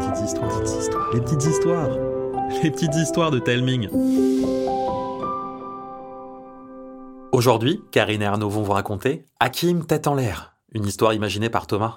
Les petites histoires de Telming. Aujourd'hui, Karine et Arnaud vont vous raconter Hakim tête en l'air, une histoire imaginée par Thomas.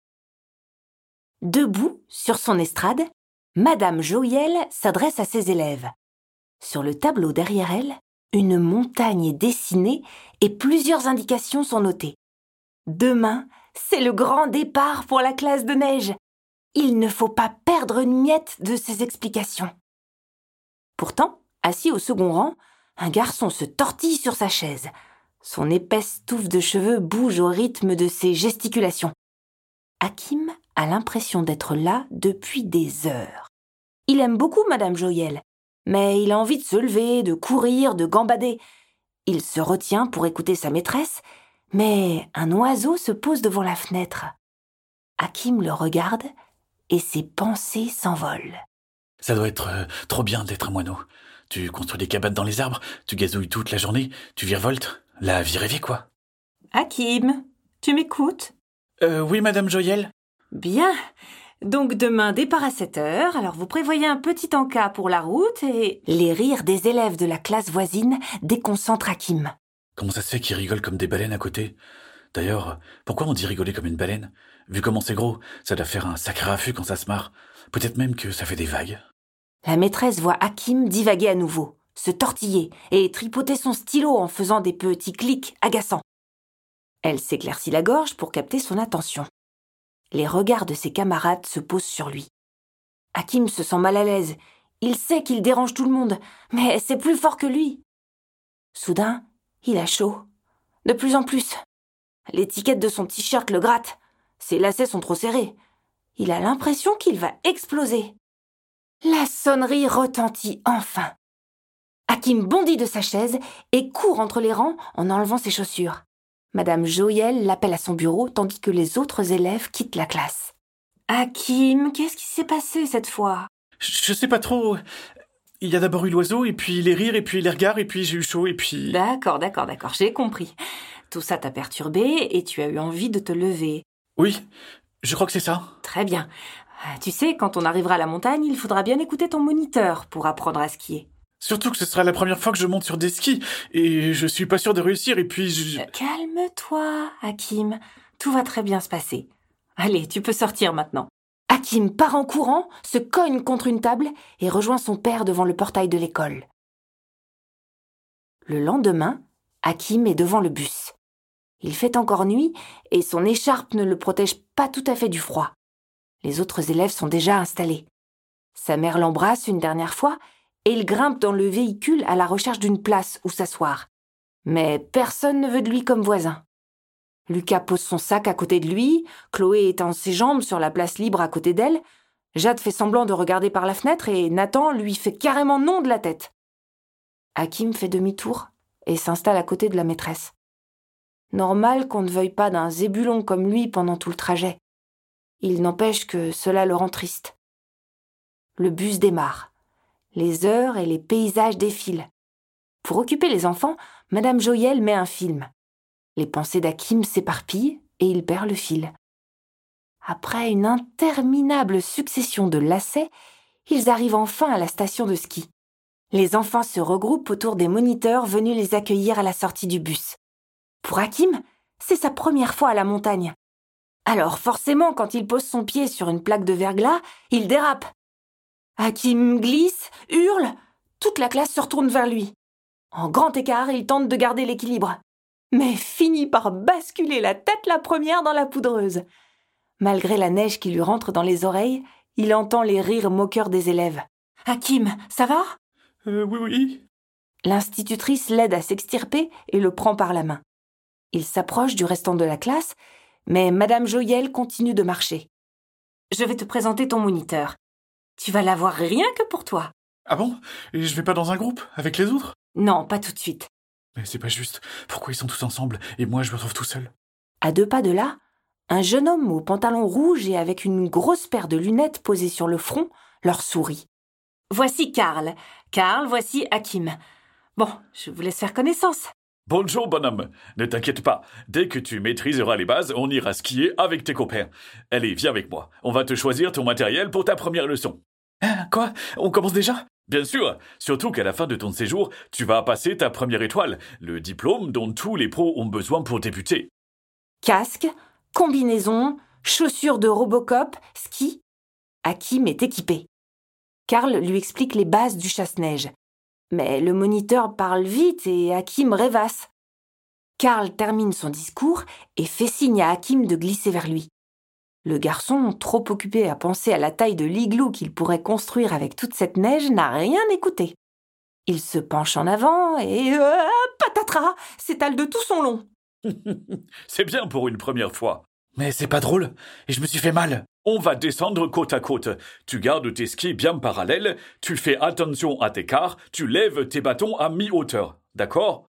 Debout, sur son estrade, Madame Joyelle s'adresse à ses élèves. Sur le tableau derrière elle, une montagne est dessinée et plusieurs indications sont notées. Demain, c'est le grand départ pour la classe de neige. Il ne faut pas perdre une miette de ces explications. Pourtant, assis au second rang, un garçon se tortille sur sa chaise. Son épaisse touffe de cheveux bouge au rythme de ses gesticulations. Hakim a l'impression d'être là depuis des heures. Il aime beaucoup Madame Joyelle, mais il a envie de se lever, de courir, de gambader. Il se retient pour écouter sa maîtresse, mais un oiseau se pose devant la fenêtre. Hakim le regarde et ses pensées s'envolent. Ça doit être trop bien d'être un moineau. Tu construis des cabanes dans les arbres, tu gazouilles toute la journée, tu virevoltes. La vie rêvée, quoi. Hakim, tu m'écoutes ? Oui, Madame Joyelle. Bien. Donc demain, départ à 7h. Alors vous prévoyez un petit encas pour la route et... Les rires des élèves de la classe voisine déconcentrent Hakim. Comment ça se fait qu'ils rigolent comme des baleines à côté ? D'ailleurs, pourquoi on dit rigoler comme une baleine ? Vu comment c'est gros, ça doit faire un sacré affût quand ça se marre. Peut-être même que ça fait des vagues. La maîtresse voit Hakim divaguer à nouveau, se tortiller et tripoter son stylo en faisant des petits clics agaçants. Elle s'éclaircit la gorge pour capter son attention. Les regards de ses camarades se posent sur lui. Hakim se sent mal à l'aise. Il sait qu'il dérange tout le monde, mais c'est plus fort que lui. Soudain, il a chaud. De plus en plus. L'étiquette de son t-shirt le gratte. Ses lacets sont trop serrés. Il a l'impression qu'il va exploser. La sonnerie retentit enfin. Hakim bondit de sa chaise et court entre les rangs en enlevant ses chaussures. Madame Joyelle l'appelle à son bureau tandis que les autres élèves quittent la classe. « Hakim, qu'est-ce qui s'est passé cette fois ?» Je sais pas trop. Il y a d'abord eu l'oiseau, et puis les rires, et puis les regards, et puis j'ai eu chaud, et puis... D'accord, j'ai compris. Tout ça t'a perturbé et tu as eu envie de te lever. Oui, je crois que c'est ça. Très bien. Tu sais, quand on arrivera à la montagne, il faudra bien écouter ton moniteur pour apprendre à skier. Surtout que ce sera la première fois que je monte sur des skis, et je suis pas sûr de réussir, et puis Calme-toi, Hakim. Tout va très bien se passer. Allez, tu peux sortir maintenant. Hakim part en courant, se cogne contre une table et rejoint son père devant le portail de l'école. Le lendemain, Hakim est devant le bus. Il fait encore nuit et son écharpe ne le protège pas tout à fait du froid. Les autres élèves sont déjà installés. Sa mère l'embrasse une dernière fois et il grimpe dans le véhicule à la recherche d'une place où s'asseoir. Mais personne ne veut de lui comme voisin. Lucas pose son sac à côté de lui, Chloé étend ses jambes sur la place libre à côté d'elle, Jade fait semblant de regarder par la fenêtre et Nathan lui fait carrément non de la tête. Hakim fait demi-tour et s'installe à côté de la maîtresse. Normal qu'on ne veuille pas d'un zébulon comme lui pendant tout le trajet. Il n'empêche que cela le rend triste. Le bus démarre. Les heures et les paysages défilent. Pour occuper les enfants, Madame Joyelle met un film. Les pensées d'Hakim s'éparpillent et il perd le fil. Après une interminable succession de lacets, ils arrivent enfin à la station de ski. Les enfants se regroupent autour des moniteurs venus les accueillir à la sortie du bus. Pour Hakim, c'est sa première fois à la montagne. Alors forcément, quand il pose son pied sur une plaque de verglas, il dérape. Hakim glisse, hurle, toute la classe se retourne vers lui. En grand écart, il tente de garder l'équilibre, mais finit par basculer la tête la première dans la poudreuse. Malgré la neige qui lui rentre dans les oreilles, il entend les rires moqueurs des élèves. « Hakim, ça va ?» Oui. L'institutrice l'aide à s'extirper et le prend par la main. Il s'approche du restant de la classe, mais Madame Joyelle continue de marcher. « Je vais te présenter ton moniteur. Tu vas l'avoir rien que pour toi. » Ah bon ? Et je vais pas dans un groupe, avec les autres ? Non, pas tout de suite. Mais c'est pas juste. Pourquoi ils sont tous ensemble, et moi je me retrouve tout seul ? À 2 pas de là, un jeune homme au pantalon rouge et avec une grosse paire de lunettes posée sur le front leur sourit. « Voici Karl. Karl, voici Hakim. Bon, je vous laisse faire connaissance. » Bonjour, bonhomme. Ne t'inquiète pas. Dès que tu maîtriseras les bases, on ira skier avec tes copains. Allez, viens avec moi. On va te choisir ton matériel pour ta première leçon. Hein, quoi? On commence déjà? Bien sûr. Surtout qu'à la fin de ton séjour, tu vas passer ta première étoile, le diplôme dont tous les pros ont besoin pour débuter. Casque, combinaison, chaussures de Robocop, ski. Hakim est équipé. Karl lui explique les bases du chasse-neige. Mais le moniteur parle vite et Hakim rêvasse. Karl termine son discours et fait signe à Hakim de glisser vers lui. Le garçon, trop occupé à penser à la taille de l'igloo qu'il pourrait construire avec toute cette neige, n'a rien écouté. Il se penche en avant et patatras, s'étale de tout son long. C'est bien pour une première fois. Mais c'est pas drôle, et je me suis fait mal. On va descendre côte à côte. Tu gardes tes skis bien parallèles, tu fais attention à tes quarts, tu lèves tes bâtons à mi-hauteur. D'accord?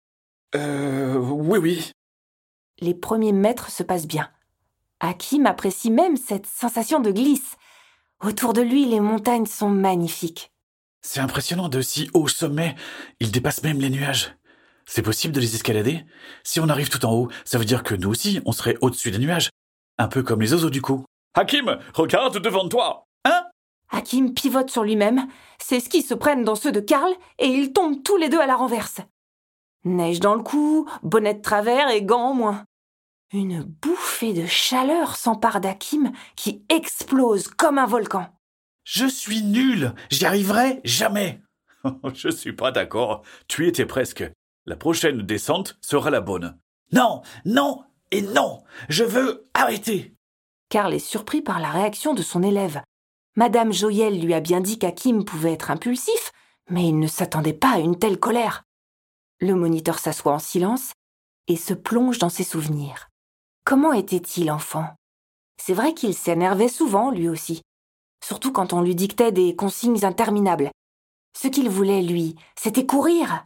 Oui. Les premiers mètres se passent bien. Hakim apprécie même cette sensation de glisse. Autour de lui, les montagnes sont magnifiques. C'est impressionnant de si haut sommet. Ils dépassent même les nuages. C'est possible de les escalader? Si on arrive tout en haut, ça veut dire que nous aussi, on serait au-dessus des nuages. Un peu comme les oiseaux du coup. Hakim, regarde devant toi. Hein? Hakim pivote sur lui-même, ses skis se prennent dans ceux de Karl et ils tombent tous les deux à la renverse. Neige dans le cou, bonnet de travers et gants en moins. Une bouffée de chaleur s'empare d'Hakim qui explose comme un volcan. Je suis nul. J'y arriverai jamais. Je suis pas d'accord. Tu étais presque. La prochaine descente sera la bonne. Non et non. Je veux arrêter. Karl est surpris par la réaction de son élève. Madame Joyelle lui a bien dit qu'Hakim pouvait être impulsif, mais il ne s'attendait pas à une telle colère. Le moniteur s'assoit en silence et se plonge dans ses souvenirs. Comment était-il enfant? C'est vrai qu'il s'énervait souvent, lui aussi. Surtout quand on lui dictait des consignes interminables. Ce qu'il voulait, lui, c'était courir.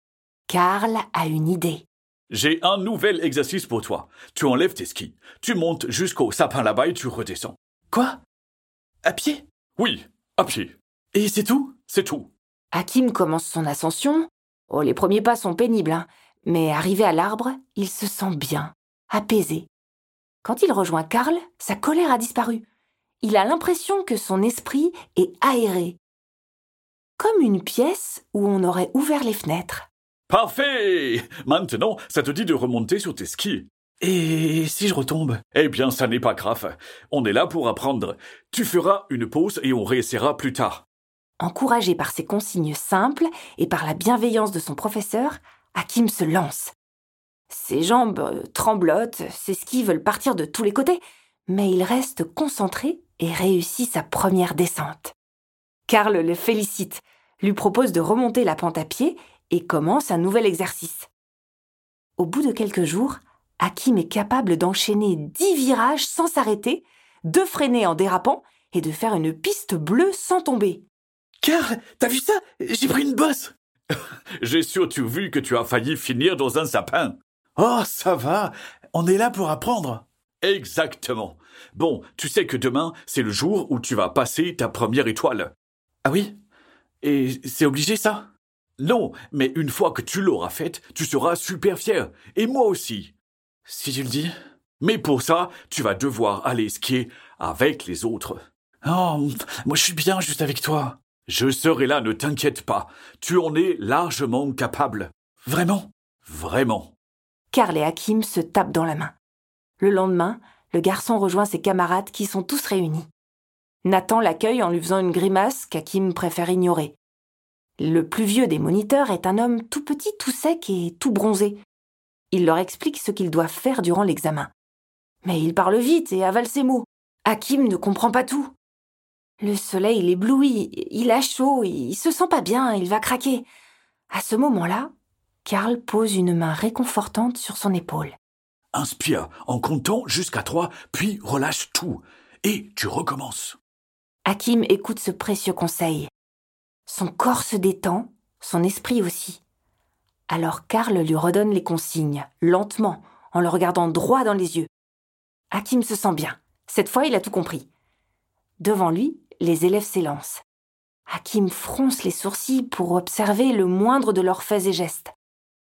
Karl a une idée. J'ai un nouvel exercice pour toi. Tu enlèves tes skis, tu montes jusqu'au sapin là-bas et tu redescends. Quoi? À pied? Oui, à pied. Et c'est tout? C'est tout. Hakim commence son ascension. Oh, les premiers pas sont pénibles, hein. Mais arrivé à l'arbre, il se sent bien, apaisé. Quand il rejoint Karl, sa colère a disparu. Il a l'impression que son esprit est aéré. Comme une pièce où on aurait ouvert les fenêtres. Parfait! Maintenant, ça te dit de remonter sur tes skis. Et si je retombe? Eh bien, ça n'est pas grave. On est là pour apprendre. Tu feras une pause et on réessayera plus tard. Encouragé par ces consignes simples et par la bienveillance de son professeur, Hakim se lance. Ses jambes tremblotent, ses skis veulent partir de tous les côtés, mais il reste concentré et réussit sa première descente. Karl le félicite, lui propose de remonter la pente à pied et commence un nouvel exercice. Au bout de quelques jours, Hakim est capable d'enchaîner 10 virages sans s'arrêter, de freiner en dérapant et de faire une piste bleue sans tomber. Karl, t'as vu ça? J'ai pris une bosse. J'ai surtout vu que tu as failli finir dans un sapin. Oh, ça va. On est là pour apprendre. Exactement. Bon, tu sais que demain, c'est le jour où tu vas passer ta première étoile. Ah oui? Et c'est obligé, ça? Non, mais une fois que tu l'auras faite, tu seras super fier. Et moi aussi. Si tu le dis. Mais pour ça, tu vas devoir aller skier avec les autres. Oh, moi je suis bien juste avec toi. Je serai là, ne t'inquiète pas. Tu en es largement capable. Vraiment? Vraiment. Karl et Hakim se tapent dans la main. Le lendemain, le garçon rejoint ses camarades qui sont tous réunis. Nathan l'accueille en lui faisant une grimace qu'Hakim préfère ignorer. Le plus vieux des moniteurs est un homme tout petit, tout sec et tout bronzé. Il leur explique ce qu'ils doivent faire durant l'examen. Mais il parle vite et avale ses mots. Hakim ne comprend pas tout. Le soleil l'éblouit, il a chaud, il se sent pas bien, il va craquer. À ce moment-là, Karl pose une main réconfortante sur son épaule. Inspire en comptant jusqu'à 3, puis relâche tout. Et tu recommences. Hakim écoute ce précieux conseil. Son corps se détend, son esprit aussi. Alors Karl lui redonne les consignes, lentement, en le regardant droit dans les yeux. Hakim se sent bien. Cette fois, il a tout compris. Devant lui, les élèves s'élancent. Hakim fronce les sourcils pour observer le moindre de leurs faits et gestes.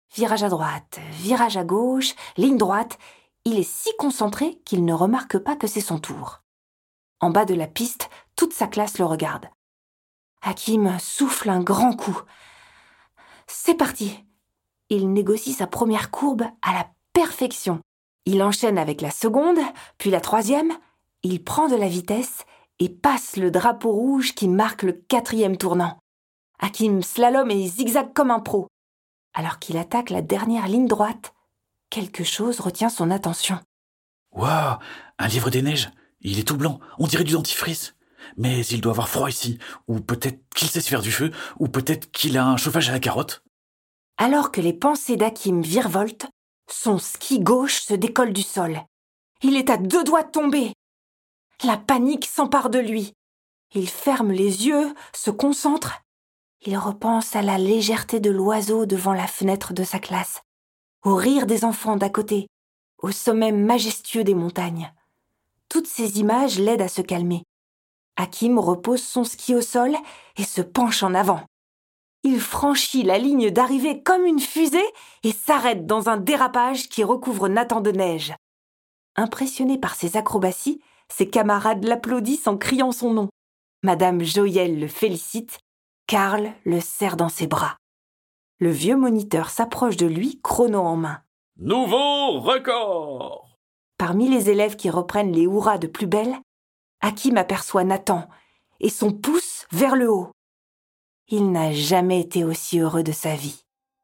Virage à droite, virage à gauche, ligne droite. Il est si concentré qu'il ne remarque pas que c'est son tour. En bas de la piste, toute sa classe le regarde. Hakim souffle un grand coup. C'est parti. Il négocie sa première courbe à la perfection. Il enchaîne avec la seconde, puis la troisième. Il prend de la vitesse et passe le drapeau rouge qui marque le 4e tournant. Hakim slalom et zigzague comme un pro. Alors qu'il attaque la dernière ligne droite, quelque chose retient son attention. Waouh, un livre des neiges. Il est tout blanc, on dirait du dentifrice. Mais il doit avoir froid ici. Ou peut-être qu'il sait se faire du feu, ou peut-être qu'il a un chauffage à la carotte. Alors que les pensées d'Hakim virevoltent, son ski gauche se décolle du sol. Il est à 2 doigts de tomber. La panique s'empare de lui. Il ferme les yeux, se concentre. Il repense à la légèreté de l'oiseau devant la fenêtre de sa classe, au rire des enfants d'à côté, au sommet majestueux des montagnes. Toutes ces images l'aident à se calmer. Hakim repose son ski au sol et se penche en avant. Il franchit la ligne d'arrivée comme une fusée et s'arrête dans un dérapage qui recouvre Nathan de neige. Impressionné par ses acrobaties, ses camarades l'applaudissent en criant son nom. Madame Joyelle le félicite. Karl le serre dans ses bras. Le vieux moniteur s'approche de lui, chrono en main. Nouveau record! Parmi les élèves qui reprennent les hurrahs de plus belle, Hakim aperçoit Nathan et son pouce vers le haut. Il n'a jamais été aussi heureux de sa vie.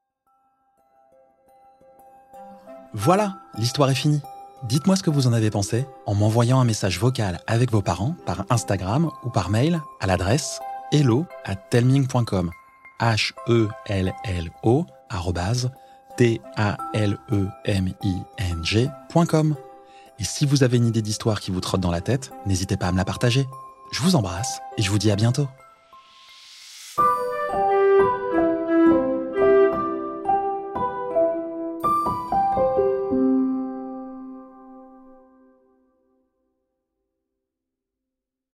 Voilà, l'histoire est finie. Dites-moi ce que vous en avez pensé en m'envoyant un message vocal avec vos parents par Instagram ou par mail à l'adresse hello@telming.com hello@taleming.com. Et si vous avez une idée d'histoire qui vous trotte dans la tête, n'hésitez pas à me la partager. Je vous embrasse et je vous dis à bientôt.